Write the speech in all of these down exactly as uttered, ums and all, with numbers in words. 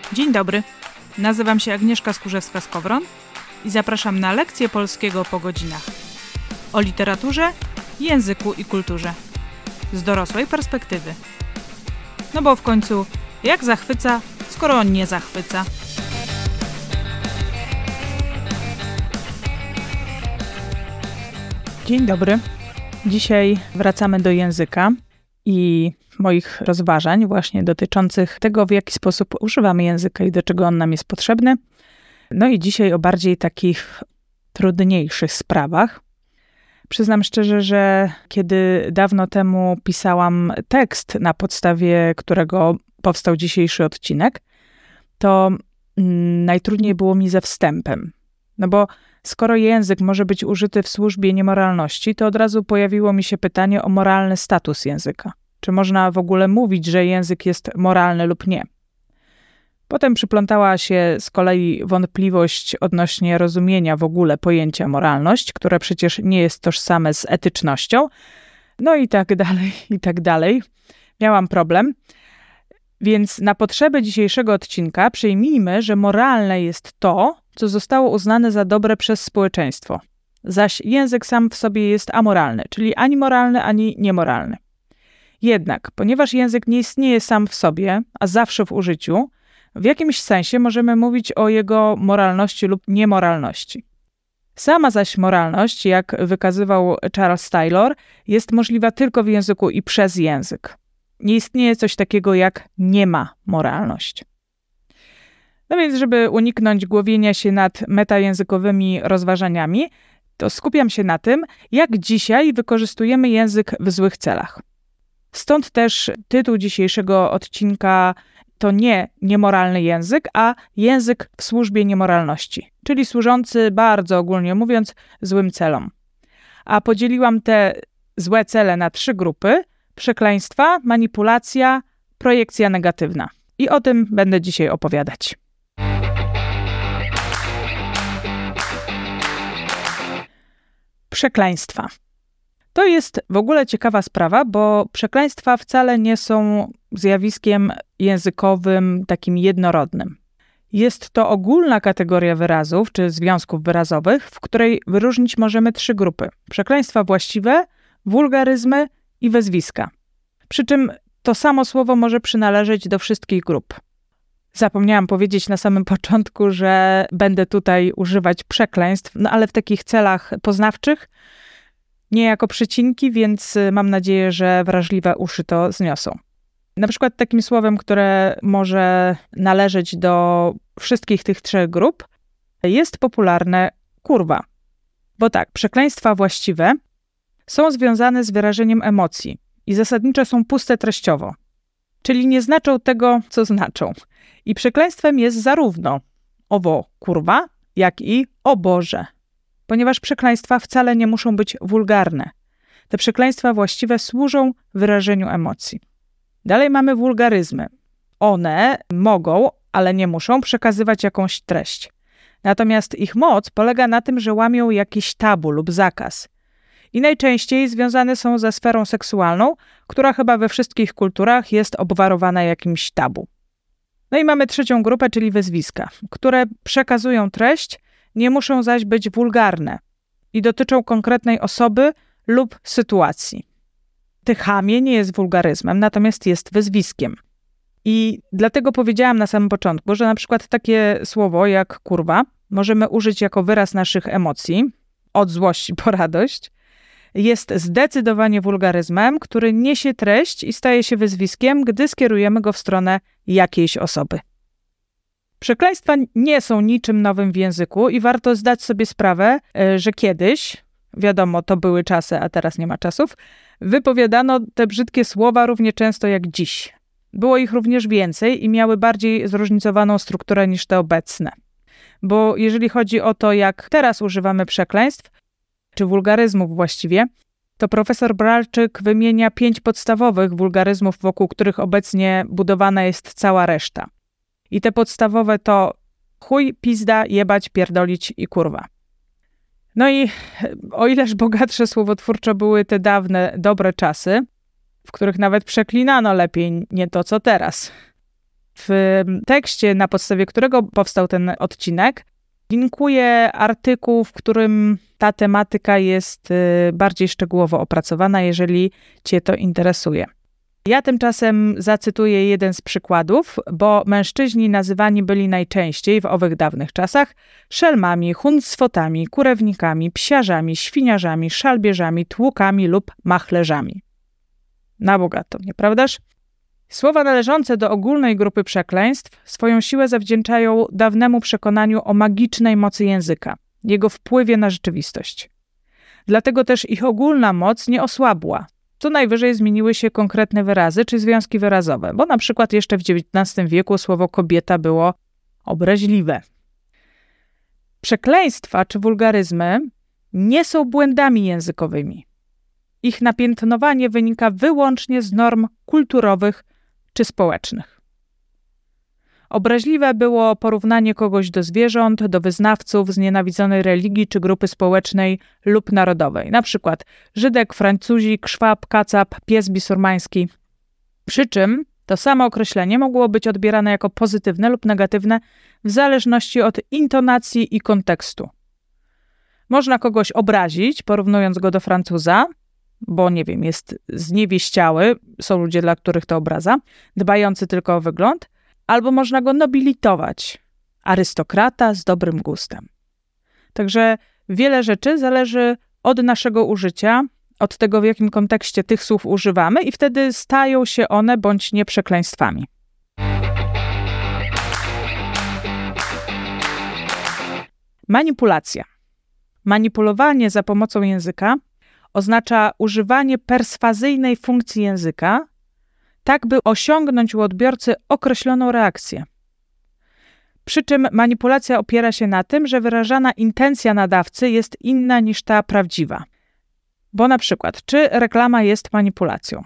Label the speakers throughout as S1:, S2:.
S1: Dzień dobry, nazywam się Agnieszka Skurzewska-Skowron i zapraszam na lekcję polskiego po godzinach. O literaturze, języku i kulturze. Z dorosłej perspektywy. No bo w końcu, jak zachwyca, skoro on nie zachwyca? Dzień dobry. Dzisiaj wracamy do języka i moich rozważań właśnie dotyczących tego, w jaki sposób używamy języka i do czego on nam jest potrzebny. No i dzisiaj o bardziej takich trudniejszych sprawach. Przyznam szczerze, że kiedy dawno temu pisałam tekst, na podstawie którego powstał dzisiejszy odcinek, to mm, najtrudniej było mi ze wstępem. No bo skoro język może być użyty w służbie niemoralności, to od razu pojawiło mi się pytanie o moralny status języka. Czy można w ogóle mówić, że język jest moralny lub nie? Potem przyplątała się z kolei wątpliwość odnośnie rozumienia w ogóle pojęcia moralność, które przecież nie jest tożsame z etycznością. No i tak dalej, i tak dalej. Miałam problem. Więc na potrzeby dzisiejszego odcinka przyjmijmy, że moralne jest to, co zostało uznane za dobre przez społeczeństwo. Zaś język sam w sobie jest amoralny, czyli ani moralny, ani niemoralny. Jednak, ponieważ język nie istnieje sam w sobie, a zawsze w użyciu, w jakimś sensie możemy mówić o jego moralności lub niemoralności. Sama zaś moralność, jak wykazywał Charles Taylor, jest możliwa tylko w języku i przez język. Nie istnieje coś takiego jak nie ma moralność. No więc, żeby uniknąć głowienia się nad metajęzykowymi rozważaniami, to skupiam się na tym, jak dzisiaj wykorzystujemy język w złych celach. Stąd też tytuł dzisiejszego odcinka to nie niemoralny język, a język w służbie niemoralności, czyli służący, bardzo ogólnie mówiąc, złym celom. A podzieliłam te złe cele na trzy grupy: przekleństwa, manipulacja, projekcja negatywna. I o tym będę dzisiaj opowiadać. Przekleństwa. To jest w ogóle ciekawa sprawa, bo przekleństwa wcale nie są zjawiskiem językowym takim jednorodnym. Jest to ogólna kategoria wyrazów czy związków wyrazowych, w której wyróżnić możemy trzy grupy: przekleństwa właściwe, wulgaryzmy i wezwiska. Przy czym to samo słowo może przynależeć do wszystkich grup. Zapomniałam powiedzieć na samym początku, że będę tutaj używać przekleństw, no ale w takich celach poznawczych, nie jako przecinki, więc mam nadzieję, że wrażliwe uszy to zniosą. Na przykład takim słowem, które może należeć do wszystkich tych trzech grup, jest popularne kurwa. Bo tak, przekleństwa właściwe są związane z wyrażeniem emocji i zasadniczo są puste treściowo, czyli nie znaczą tego, co znaczą. I przekleństwem jest zarówno owo kurwa, jak i o Boże. Ponieważ przekleństwa wcale nie muszą być wulgarne. Te przekleństwa właściwe służą wyrażeniu emocji. Dalej mamy wulgaryzmy. One mogą, ale nie muszą przekazywać jakąś treść. Natomiast ich moc polega na tym, że łamią jakiś tabu lub zakaz. I najczęściej związane są ze sferą seksualną, która chyba we wszystkich kulturach jest obwarowana jakimś tabu. No i mamy trzecią grupę, czyli wezwiska, które przekazują treść, nie muszą zaś być wulgarne i dotyczą konkretnej osoby lub sytuacji. Tychamię nie jest wulgaryzmem, natomiast jest wezwiskiem. I dlatego powiedziałam na samym początku, że na przykład takie słowo jak kurwa możemy użyć jako wyraz naszych emocji, od złości po radość. Jest zdecydowanie wulgaryzmem, który niesie treść i staje się wezwiskiem, gdy skierujemy go w stronę jakiejś osoby. Przekleństwa nie są niczym nowym w języku i warto zdać sobie sprawę, że kiedyś, wiadomo, to były czasy, a teraz nie ma czasów, wypowiadano te brzydkie słowa równie często jak dziś. Było ich również więcej i miały bardziej zróżnicowaną strukturę niż te obecne. Bo jeżeli chodzi o to, jak teraz używamy przekleństw, czy wulgaryzmów właściwie, to profesor Bralczyk wymienia pięć podstawowych wulgaryzmów, wokół których obecnie budowana jest cała reszta. I te podstawowe to chuj, pizda, jebać, pierdolić i kurwa. No i o ileż bogatsze słowotwórczo były te dawne, dobre czasy, w których nawet przeklinano lepiej, nie to co teraz. W tekście, na podstawie którego powstał ten odcinek, linkuję artykuł, w którym ta tematyka jest bardziej szczegółowo opracowana, jeżeli Cię to interesuje. Ja tymczasem zacytuję jeden z przykładów, bo mężczyźni nazywani byli najczęściej w owych dawnych czasach szelmami, huncwotami, kurewnikami, psiarzami, świniarzami, szalbierzami, tłukami lub machlerzami. Na bogato, nieprawdaż? Słowa należące do ogólnej grupy przekleństw swoją siłę zawdzięczają dawnemu przekonaniu o magicznej mocy języka, jego wpływie na rzeczywistość. Dlatego też ich ogólna moc nie osłabła. Co najwyżej zmieniły się konkretne wyrazy czy związki wyrazowe, bo na przykład jeszcze w dziewiętnastym wieku słowo kobieta było obraźliwe. Przekleństwa czy wulgaryzmy nie są błędami językowymi. Ich napiętnowanie wynika wyłącznie z norm kulturowych czy społecznych. Obraźliwe było porównanie kogoś do zwierząt, do wyznawców znienawidzonej religii czy grupy społecznej lub narodowej. Na przykład Żydek, Francuzik, Szwab, Kacap, pies bisurmański. Przy czym to samo określenie mogło być odbierane jako pozytywne lub negatywne w zależności od intonacji i kontekstu. Można kogoś obrazić, porównując go do Francuza, bo nie wiem, jest zniewieściały, są ludzie, dla których to obraza, dbający tylko o wygląd, albo można go nobilitować, arystokrata z dobrym gustem. Także wiele rzeczy zależy od naszego użycia, od tego, w jakim kontekście tych słów używamy i wtedy stają się one bądź nie przekleństwami. Manipulacja. Manipulowanie za pomocą języka oznacza używanie perswazyjnej funkcji języka, tak by osiągnąć u odbiorcy określoną reakcję. Przy czym manipulacja opiera się na tym, że wyrażana intencja nadawcy jest inna niż ta prawdziwa. Bo na przykład, czy reklama jest manipulacją?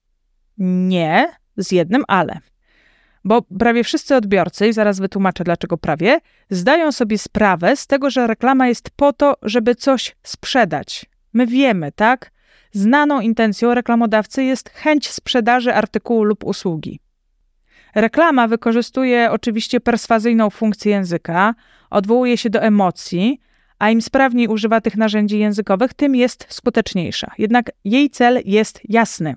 S1: Nie, z jednym ale. Bo prawie wszyscy odbiorcy, i zaraz wytłumaczę dlaczego prawie, zdają sobie sprawę z tego, że reklama jest po to, żeby coś sprzedać. My wiemy, tak? Znaną intencją reklamodawcy jest chęć sprzedaży artykułu lub usługi. Reklama wykorzystuje oczywiście perswazyjną funkcję języka, odwołuje się do emocji, a im sprawniej używa tych narzędzi językowych, tym jest skuteczniejsza. Jednak jej cel jest jasny.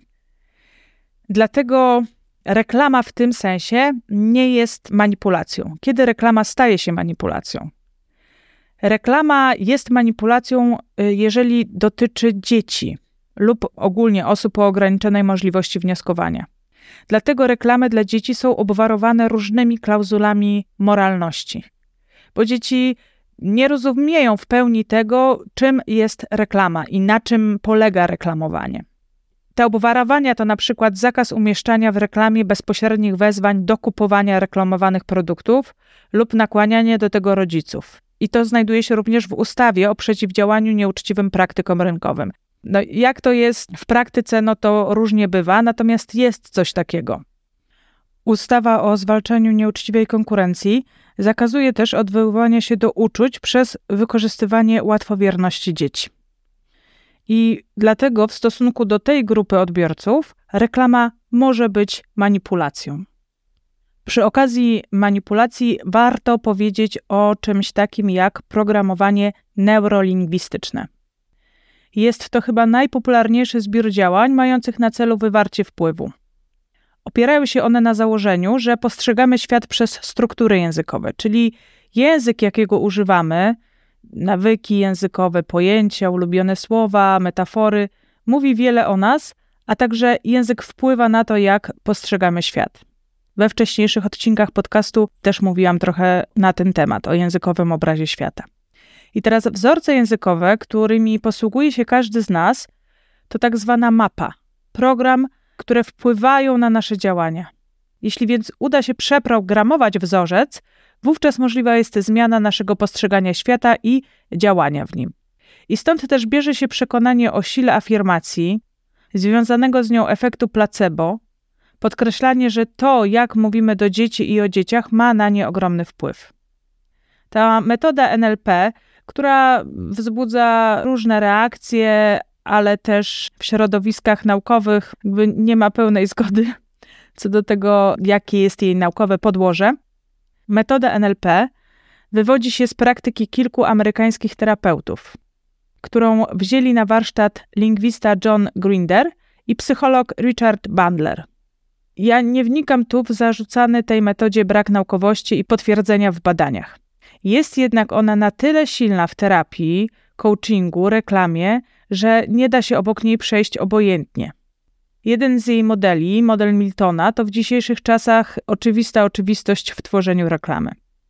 S1: Dlatego reklama w tym sensie nie jest manipulacją. Kiedy reklama staje się manipulacją? Reklama jest manipulacją, jeżeli dotyczy dzieci lub ogólnie osób o ograniczonej możliwości wnioskowania. Dlatego reklamy dla dzieci są obwarowane różnymi klauzulami moralności, bo dzieci nie rozumieją w pełni tego, czym jest reklama i na czym polega reklamowanie. Te obwarowania to na przykład zakaz umieszczania w reklamie bezpośrednich wezwań do kupowania reklamowanych produktów lub nakłanianie do tego rodziców. I to znajduje się również w ustawie o przeciwdziałaniu nieuczciwym praktykom rynkowym. No, jak to jest w praktyce, no to różnie bywa, natomiast jest coś takiego. Ustawa o zwalczaniu nieuczciwej konkurencji zakazuje też odwoływania się do uczuć przez wykorzystywanie łatwowierności dzieci. I dlatego w stosunku do tej grupy odbiorców reklama może być manipulacją. Przy okazji manipulacji warto powiedzieć o czymś takim jak programowanie neurolingwistyczne. Jest to chyba najpopularniejszy zbiór działań mających na celu wywarcie wpływu. Opierają się one na założeniu, że postrzegamy świat przez struktury językowe, czyli język, jakiego używamy, nawyki językowe, pojęcia, ulubione słowa, metafory, mówi wiele o nas, a także język wpływa na to, jak postrzegamy świat. We wcześniejszych odcinkach podcastu też mówiłam trochę na ten temat, o językowym obrazie świata. I teraz wzorce językowe, którymi posługuje się każdy z nas, to tak zwana mapa, program, które wpływają na nasze działania. Jeśli więc uda się przeprogramować wzorzec, wówczas możliwa jest zmiana naszego postrzegania świata i działania w nim. I stąd też bierze się przekonanie o sile afirmacji, związanego z nią efektu placebo, podkreślanie, że to, jak mówimy do dzieci i o dzieciach, ma na nie ogromny wpływ. Ta metoda N L P, która wzbudza różne reakcje, ale też w środowiskach naukowych jakby nie ma pełnej zgody co do tego, jakie jest jej naukowe podłoże. Metoda N L P wywodzi się z praktyki kilku amerykańskich terapeutów, którą wzięli na warsztat lingwista John Grinder i psycholog Richard Bandler. Ja nie wnikam tu w zarzucany tej metodzie brak naukowości i potwierdzenia w badaniach. Jest jednak ona na tyle silna w terapii, coachingu, reklamie, że nie da się obok niej przejść obojętnie. Jeden z jej modeli, model Miltona, to w dzisiejszych czasach oczywista oczywistość w tworzeniu reklamy.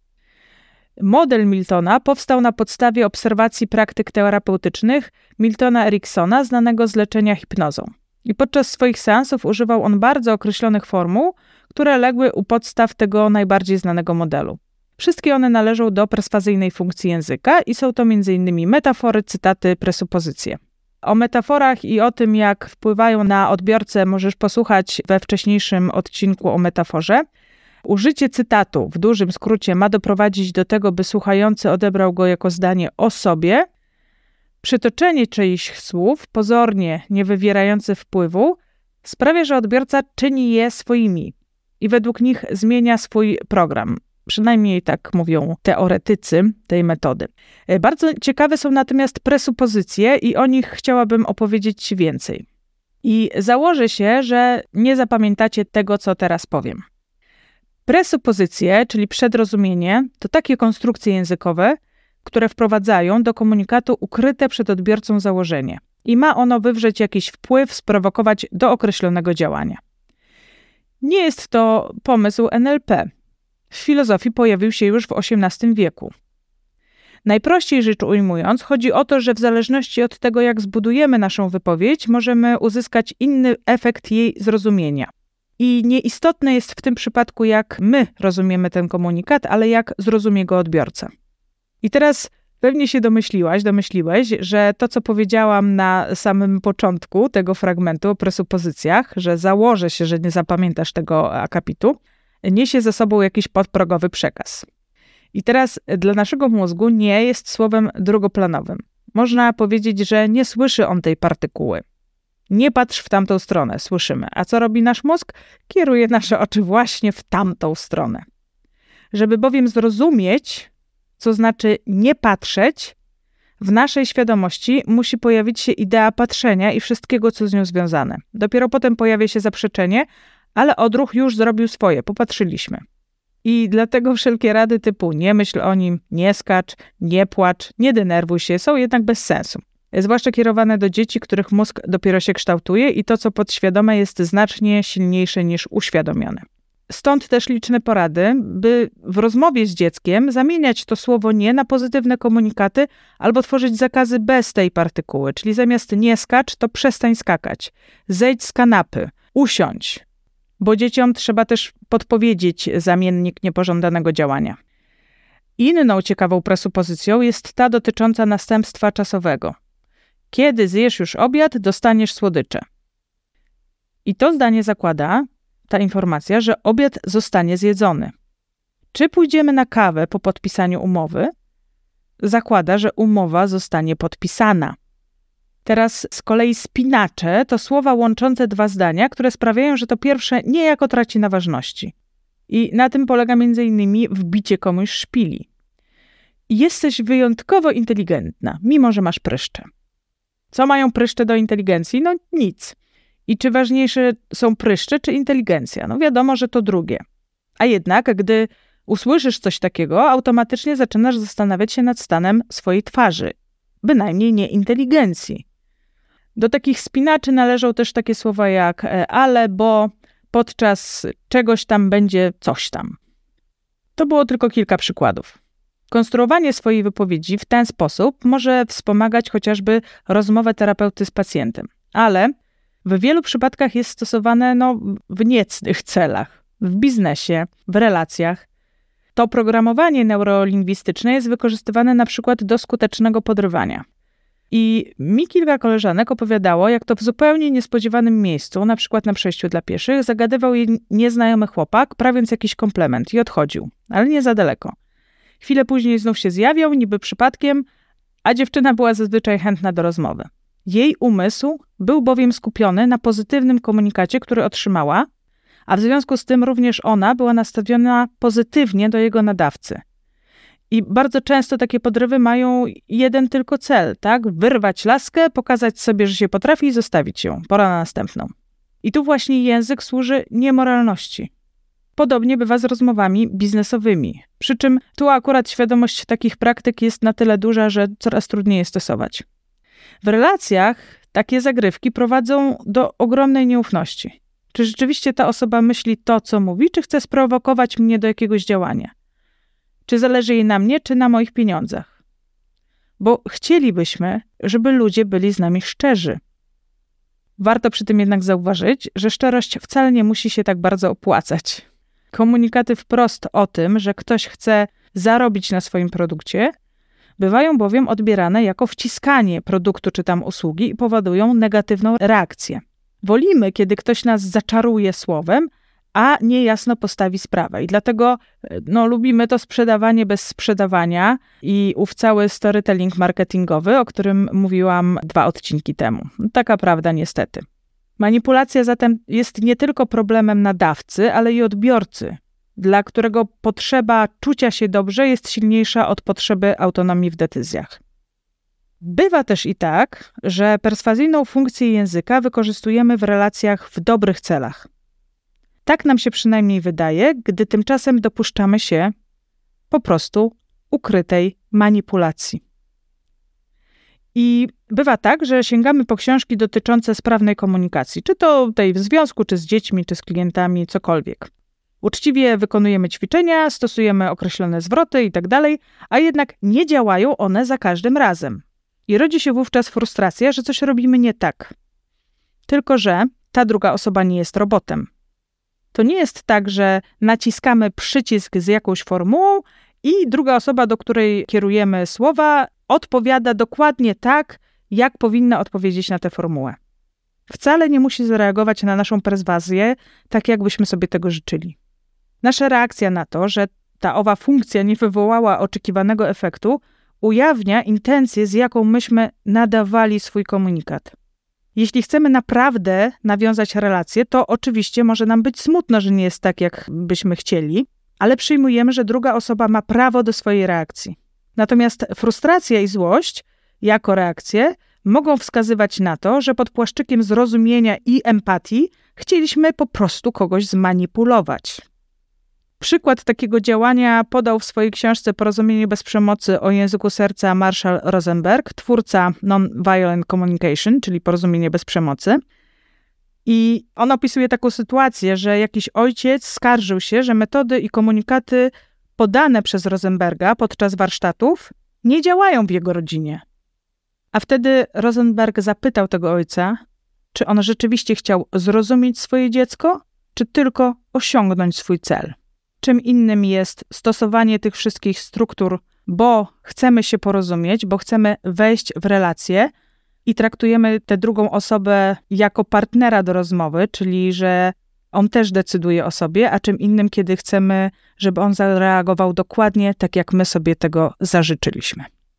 S1: Model Miltona powstał na podstawie obserwacji praktyk terapeutycznych Miltona Ericksona, znanego z leczenia hipnozą. I podczas swoich seansów używał on bardzo określonych formuł, które legły u podstaw tego najbardziej znanego modelu. Wszystkie one należą do perswazyjnej funkcji języka i są to m in metafory, cytaty, presupozycje. O metaforach i o tym, jak wpływają na odbiorcę, możesz posłuchać we wcześniejszym odcinku o metaforze. Użycie cytatu w dużym skrócie ma doprowadzić do tego, by słuchający odebrał go jako zdanie o sobie. Przytoczenie czyichś słów, pozornie nie wywierające wpływu, sprawia, że odbiorca czyni je swoimi i według nich zmienia swój program. Przynajmniej tak mówią teoretycy tej metody. Bardzo ciekawe są natomiast presupozycje i o nich chciałabym opowiedzieć Ci więcej. I założę się, że nie zapamiętacie tego, co teraz powiem. Presupozycje, czyli przedrozumienie, to takie konstrukcje językowe, które wprowadzają do komunikatu ukryte przed odbiorcą założenie i ma ono wywrzeć jakiś wpływ, sprowokować do określonego działania. Nie jest to pomysł N L P. W filozofii pojawił się już w osiemnastym wieku. Najprościej rzecz ujmując, chodzi o to, że w zależności od tego, jak zbudujemy naszą wypowiedź, możemy uzyskać inny efekt jej zrozumienia. I nieistotne jest w tym przypadku, jak my rozumiemy ten komunikat, ale jak zrozumie go odbiorca. I teraz pewnie się domyśliłaś, domyśliłeś, że to, co powiedziałam na samym początku tego fragmentu o presupozycjach, że założę się, że nie zapamiętasz tego akapitu, niesie ze sobą jakiś podprogowy przekaz. I teraz dla naszego mózgu nie jest słowem drugoplanowym. Można powiedzieć, że nie słyszy on tej partykuły. Nie patrz w tamtą stronę, słyszymy. A co robi nasz mózg? Kieruje nasze oczy właśnie w tamtą stronę. Żeby bowiem zrozumieć, co znaczy nie patrzeć, w naszej świadomości musi pojawić się idea patrzenia i wszystkiego, co z nią związane. Dopiero potem pojawia się zaprzeczenie, ale odruch już zrobił swoje, popatrzyliśmy. I dlatego wszelkie rady typu nie myśl o nim, nie skacz, nie płacz, nie denerwuj się, są jednak bez sensu. Zwłaszcza kierowane do dzieci, których mózg dopiero się kształtuje i to, co podświadome, jest znacznie silniejsze niż uświadomione. Stąd też liczne porady, by w rozmowie z dzieckiem zamieniać to słowo nie na pozytywne komunikaty albo tworzyć zakazy bez tej partykuły, czyli zamiast nie skacz, to przestań skakać, zejdź z kanapy, usiądź, bo dzieciom trzeba też podpowiedzieć zamiennik niepożądanego działania. Inną ciekawą presupozycją jest ta dotycząca następstwa czasowego. Kiedy zjesz już obiad, dostaniesz słodycze. I to zdanie zakłada, ta informacja, że obiad zostanie zjedzony. Czy pójdziemy na kawę po podpisaniu umowy? Zakłada, że umowa zostanie podpisana. Teraz z kolei spinacze to słowa łączące dwa zdania, które sprawiają, że to pierwsze niejako traci na ważności. I na tym polega między innymi wbicie komuś szpili. Jesteś wyjątkowo inteligentna, mimo że masz pryszcze. Co mają pryszcze do inteligencji? No nic. I czy ważniejsze są pryszcze czy inteligencja? No wiadomo, że to drugie. A jednak, gdy usłyszysz coś takiego, automatycznie zaczynasz zastanawiać się nad stanem swojej twarzy. Bynajmniej nie inteligencji. Do takich spinaczy należą też takie słowa jak ale, bo, podczas czegoś tam będzie coś tam. To było tylko kilka przykładów. Konstruowanie swojej wypowiedzi w ten sposób może wspomagać chociażby rozmowę terapeuty z pacjentem, ale w wielu przypadkach jest stosowane no, w niecnych celach, w biznesie, w relacjach. To programowanie neurolingwistyczne jest wykorzystywane na przykład do skutecznego podrywania. I mi kilka koleżanek opowiadało, jak to w zupełnie niespodziewanym miejscu, na przykład na przejściu dla pieszych, zagadywał jej nieznajomy chłopak, prawiąc jakiś komplement i odchodził, ale nie za daleko. Chwilę później znów się zjawiał, niby przypadkiem, a dziewczyna była zazwyczaj chętna do rozmowy. Jej umysł był bowiem skupiony na pozytywnym komunikacie, który otrzymała, a w związku z tym również ona była nastawiona pozytywnie do jego nadawcy. I bardzo często takie podrywy mają jeden tylko cel, tak? Wyrwać laskę, pokazać sobie, że się potrafi i zostawić ją. Pora na następną. I tu właśnie język służy niemoralności. Podobnie bywa z rozmowami biznesowymi. Przy czym tu akurat świadomość takich praktyk jest na tyle duża, że coraz trudniej je stosować. W relacjach takie zagrywki prowadzą do ogromnej nieufności. Czy rzeczywiście ta osoba myśli to, co mówi, czy chce sprowokować mnie do jakiegoś działania? Czy zależy jej na mnie, czy na moich pieniądzach? Bo chcielibyśmy, żeby ludzie byli z nami szczerzy. Warto przy tym jednak zauważyć, że szczerość wcale nie musi się tak bardzo opłacać. Komunikaty wprost o tym, że ktoś chce zarobić na swoim produkcie, bywają bowiem odbierane jako wciskanie produktu czy tam usługi i powodują negatywną reakcję. Wolimy, kiedy ktoś nas zaczaruje słowem, a niejasno postawi sprawę. I dlatego no, lubimy to sprzedawanie bez sprzedawania i ów cały storytelling marketingowy, o którym mówiłam dwa odcinki temu. Taka prawda niestety. Manipulacja zatem jest nie tylko problemem nadawcy, ale i odbiorcy, dla którego potrzeba czucia się dobrze jest silniejsza od potrzeby autonomii w decyzjach. Bywa też i tak, że perswazyjną funkcję języka wykorzystujemy w relacjach w dobrych celach. Tak nam się przynajmniej wydaje, gdy tymczasem dopuszczamy się po prostu ukrytej manipulacji. I bywa tak, że sięgamy po książki dotyczące sprawnej komunikacji, czy to tej w związku, czy z dziećmi, czy z klientami, cokolwiek. Uczciwie wykonujemy ćwiczenia, stosujemy określone zwroty i tak dalej, a jednak nie działają one za każdym razem. I rodzi się wówczas frustracja, że coś robimy nie tak. Tylko że ta druga osoba nie jest robotem. To nie jest tak, że naciskamy przycisk z jakąś formułą i druga osoba, do której kierujemy słowa, odpowiada dokładnie tak, jak powinna odpowiedzieć na tę formułę. Wcale nie musi zareagować na naszą perswazję, tak jakbyśmy sobie tego życzyli. Nasza reakcja na to, że ta owa funkcja nie wywołała oczekiwanego efektu, ujawnia intencję, z jaką myśmy nadawali swój komunikat. Jeśli chcemy naprawdę nawiązać relację, to oczywiście może nam być smutno, że nie jest tak, jak byśmy chcieli, ale przyjmujemy, że druga osoba ma prawo do swojej reakcji. Natomiast frustracja i złość, jako reakcje, mogą wskazywać na to, że pod płaszczykiem zrozumienia i empatii chcieliśmy po prostu kogoś zmanipulować. Przykład takiego działania podał w swojej książce Porozumienie bez przemocy o języku serca Marshall Rosenberg, twórca Non-Violent Communication, czyli Porozumienie bez przemocy. I on opisuje taką sytuację, że jakiś ojciec skarżył się, że metody i komunikaty podane przez Rosenberga podczas warsztatów nie działają w jego rodzinie. A wtedy Rosenberg zapytał tego ojca, czy on rzeczywiście chciał zrozumieć swoje dziecko, czy tylko osiągnąć swój cel. Czym innym jest stosowanie tych wszystkich struktur, bo chcemy się porozumieć, bo chcemy wejść w relację i traktujemy tę drugą osobę jako partnera do rozmowy, czyli że on też decyduje o sobie, a czym innym, kiedy chcemy, żeby on zareagował dokładnie tak, jak my sobie tego zażyczyliśmy.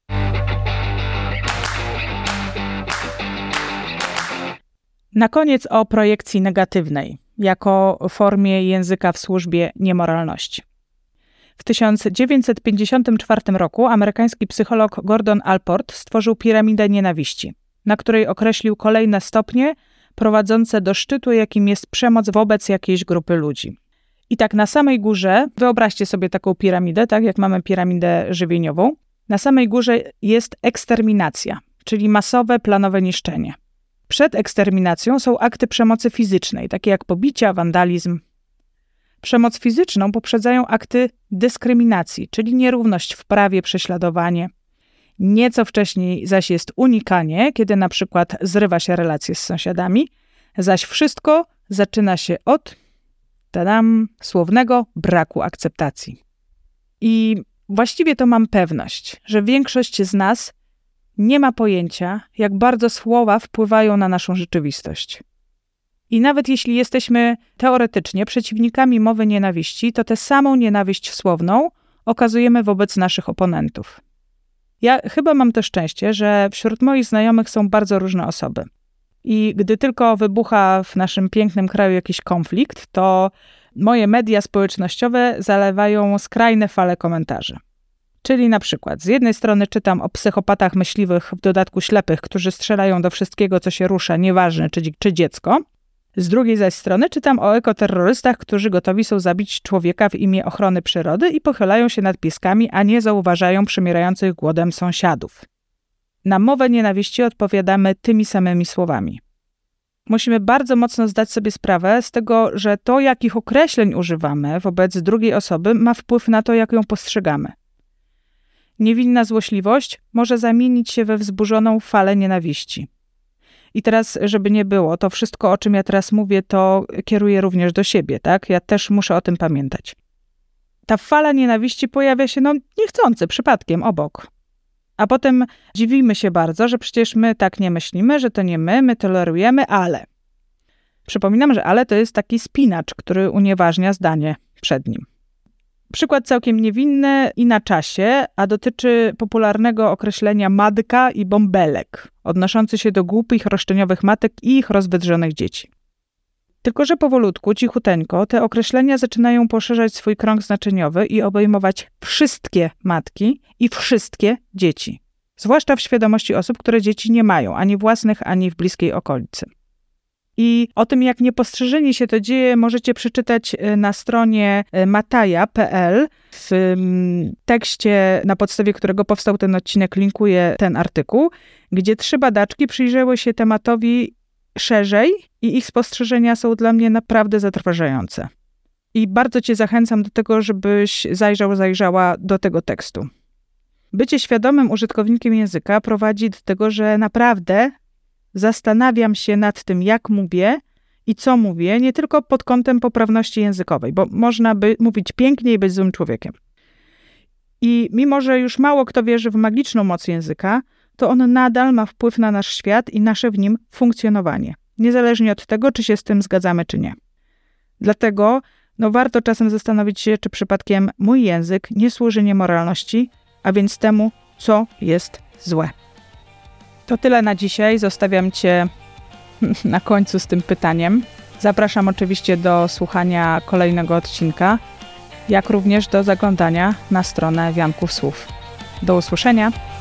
S1: Na koniec o projekcji negatywnej, jako formie języka w służbie niemoralności. W tysiąc dziewięćset pięćdziesiątym czwartym roku amerykański psycholog Gordon Allport stworzył piramidę nienawiści, na której określił kolejne stopnie prowadzące do szczytu, jakim jest przemoc wobec jakiejś grupy ludzi. I tak na samej górze, wyobraźcie sobie taką piramidę, tak jak mamy piramidę żywieniową, na samej górze jest eksterminacja, czyli masowe, planowe niszczenie. Przed eksterminacją są akty przemocy fizycznej, takie jak pobicia, wandalizm. Przemoc fizyczną poprzedzają akty dyskryminacji, czyli nierówność w prawie, prześladowanie. Nieco wcześniej zaś jest unikanie, kiedy na przykład zrywa się relacje z sąsiadami, zaś wszystko zaczyna się od, tadam, słownego braku akceptacji. I właściwie to mam pewność, że większość z nas nie ma pojęcia, jak bardzo słowa wpływają na naszą rzeczywistość. I nawet jeśli jesteśmy teoretycznie przeciwnikami mowy nienawiści, to tę samą nienawiść słowną okazujemy wobec naszych oponentów. Ja chyba mam to szczęście, że wśród moich znajomych są bardzo różne osoby. I gdy tylko wybucha w naszym pięknym kraju jakiś konflikt, to moje media społecznościowe zalewają skrajne fale komentarzy. Czyli na przykład z jednej strony czytam o psychopatach myśliwych, w dodatku ślepych, którzy strzelają do wszystkiego, co się rusza, nieważne czy, czy dziecko. Z drugiej zaś strony czytam o ekoterrorystach, którzy gotowi są zabić człowieka w imię ochrony przyrody i pochylają się nad pieskami, a nie zauważają przymierających głodem sąsiadów. Na mowę nienawiści odpowiadamy tymi samymi słowami. Musimy bardzo mocno zdać sobie sprawę z tego, że to, jakich określeń używamy wobec drugiej osoby, ma wpływ na to, jak ją postrzegamy. Niewinna złośliwość może zamienić się we wzburzoną falę nienawiści. I teraz, żeby nie było, to wszystko, o czym ja teraz mówię, to kieruję również do siebie, tak? Ja też muszę o tym pamiętać. Ta fala nienawiści pojawia się, no, niechcący, przypadkiem, obok. A potem dziwimy się bardzo, że przecież my tak nie myślimy, że to nie my, my tolerujemy, ale. Przypominam, że ale to jest taki spinacz, który unieważnia zdanie przed nim. Przykład całkiem niewinny i na czasie, a dotyczy popularnego określenia matka i bąbelek, odnoszący się do głupich, roszczeniowych matek i ich rozwydrzonych dzieci. Tylko że powolutku, cichuteńko, te określenia zaczynają poszerzać swój krąg znaczeniowy i obejmować wszystkie matki i wszystkie dzieci. Zwłaszcza w świadomości osób, które dzieci nie mają, ani własnych, ani w bliskiej okolicy. I o tym, jak niepostrzeżenie się to dzieje, możecie przeczytać na stronie mataja kropka p l. W tekście, na podstawie którego powstał ten odcinek, linkuję ten artykuł, gdzie trzy badaczki przyjrzały się tematowi szerzej i ich spostrzeżenia są dla mnie naprawdę zatrważające. I bardzo cię zachęcam do tego, żebyś zajrzał, zajrzała do tego tekstu. Bycie świadomym użytkownikiem języka prowadzi do tego, że naprawdę zastanawiam się nad tym, jak mówię i co mówię, nie tylko pod kątem poprawności językowej, bo można by mówić pięknie i być złym człowiekiem. I mimo, że już mało kto wierzy w magiczną moc języka, to on nadal ma wpływ na nasz świat i nasze w nim funkcjonowanie. Niezależnie od tego, czy się z tym zgadzamy, czy nie. Dlatego no, warto czasem zastanowić się, czy przypadkiem mój język nie służy niemoralności, a więc temu, co jest złe. To tyle na dzisiaj. Zostawiam cię na końcu z tym pytaniem. Zapraszam oczywiście do słuchania kolejnego odcinka, jak również do zaglądania na stronę Wianków Słów. Do usłyszenia!